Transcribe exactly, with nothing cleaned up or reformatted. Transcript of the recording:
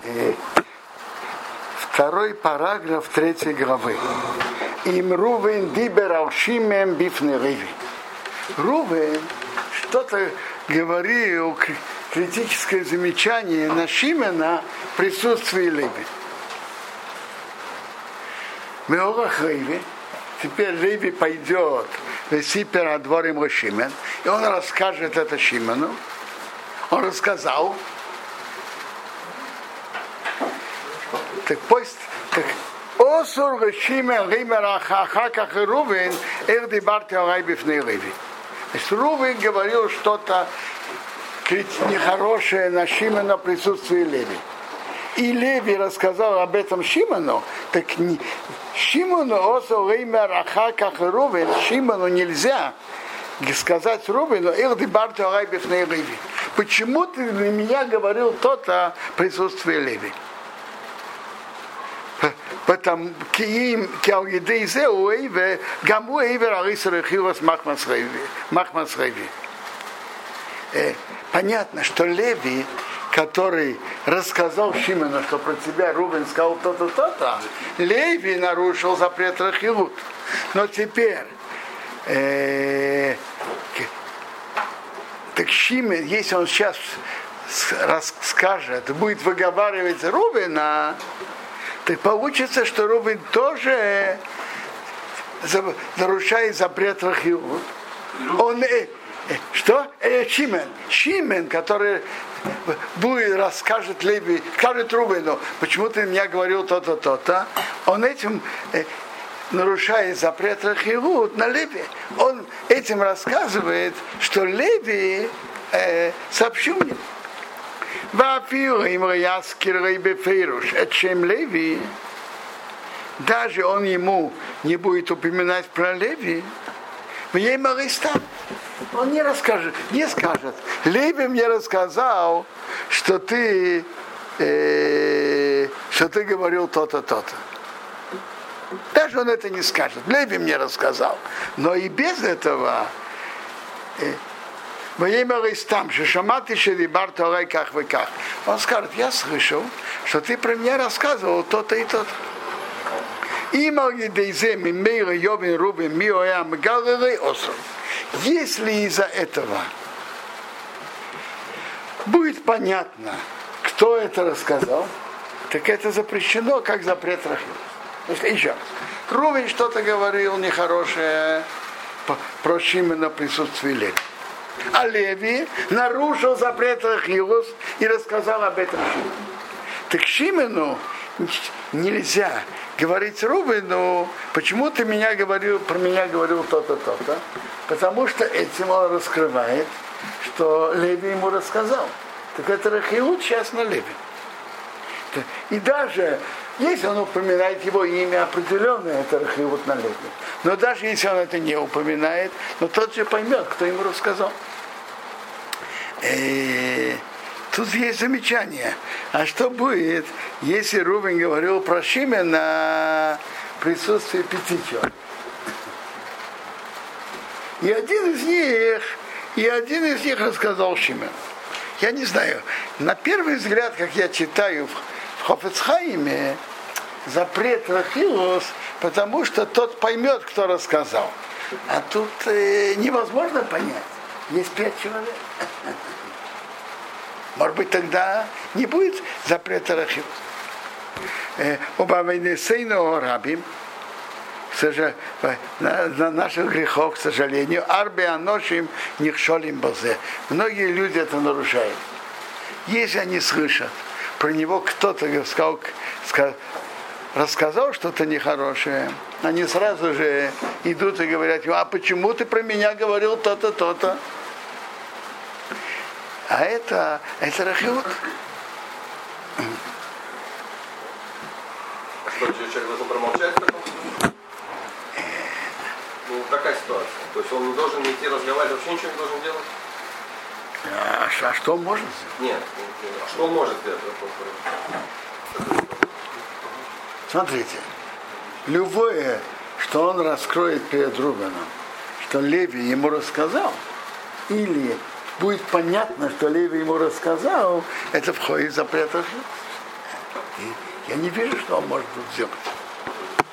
э, второй параграф третьей главы. Им Рувен дибер алшимем бифне Риви. Рувен что-то говорил, критическое замечание на Шимена в присутствии Леви. Меорах Риви. Теперь Леви пойдет в Сипер Адворим Шимен, и он расскажет это Шимену. Он рассказал. Так пусть, так Осур Шимен Римера Хахаках и Рувен Эрди Барти Арайбифный Риви. Значит, Рувен говорил что-то нехорошее на Шимена в присутствии Леви. И Леви рассказал об этом Шимону, так Шимону Осур Римера Хахаках и Рувен, Шимону нельзя сказать Рувену Эрди Барти Арайбифный Риви. Почему ты на меня говорил то-то в присутствии Леви? Потому киим киалидейзе уэйве гаму эйвер арисарахилас махмас Реви. Понятно, что Леви, который рассказал Шимону, что про тебя Рувен сказал то-то, то-то, Леви нарушил запрет рахилут. Но теперь э, так Шимен, если он сейчас расскажет, будет выговаривать Рувена, так получится, что Рувен тоже нарушает запрет рахилут. Он э, э, что? Э, Шимен. Шимен, который будет расскажет Леви, скажет Рувену, почему ты меня говорил то-то, то-то, он этим э, нарушает запрет рахилут на Леви. Он этим рассказывает, что Леви э, сообщил мне. Леви, даже он ему не будет упоминать про Леви, он не расскажет, не скажет. Леви мне рассказал, что ты, э, что ты говорил то-то, то-то. Даже он это не скажет. Леви мне рассказал. Но и без этого э, он скажет, я слышал, что ты про меня рассказывал то-то и то-то. Если из-за этого будет понятно, кто это рассказал, так это запрещено, как запрет рахил. Еще раз. Рувен что-то говорил нехорошее про Шимена в присутствии Леви. А Леви нарушил запрет рахилус и рассказал об этом Шимену. Так Шимену нельзя говорить Рувену, почему ты меня говорил, про меня говорил то-то, то-то, потому что этим он раскрывает, что Леви ему рассказал. Так это рахилут сейчас на Леви. И даже если он упоминает его имя определенное, это рахилут на Леви. Но даже если он это не упоминает, но тот же поймет, кто ему рассказал. И тут есть замечание. А что будет, если Рувен говорил про Шимена в присутствии пяти человек? И один из них, и один из них рассказал Шимен. Я не знаю, на первый взгляд, как я читаю в Хафец Хаиме, запрет рахилус, потому что тот поймет, кто рассказал. А тут э, невозможно понять. Есть пять человек. Может быть, тогда не будет запрета рахилус. Оба войнесейного рабим, на наших грехов, к сожалению, арбе аношим нихшолим базе. Многие люди это нарушают. Если они слышат, про него кто-то сказал, сказал, рассказал что-то нехорошее, они сразу же идут и говорят, а почему ты про меня говорил то-то, то-то? А это, это рахилут. А что, человек должен промолчать в таком случае? Ну, такая ситуация. То есть он не должен идти разговаривать, вообще ничего не должен делать? А, а что он может сделать? Нет, а что он может сделать? Смотрите, любое, что он раскроет перед Рувеном, что Леви ему рассказал, или будет понятно, что Леви ему рассказал, это входит в запрет рахилут. И я не вижу, что он может тут сделать.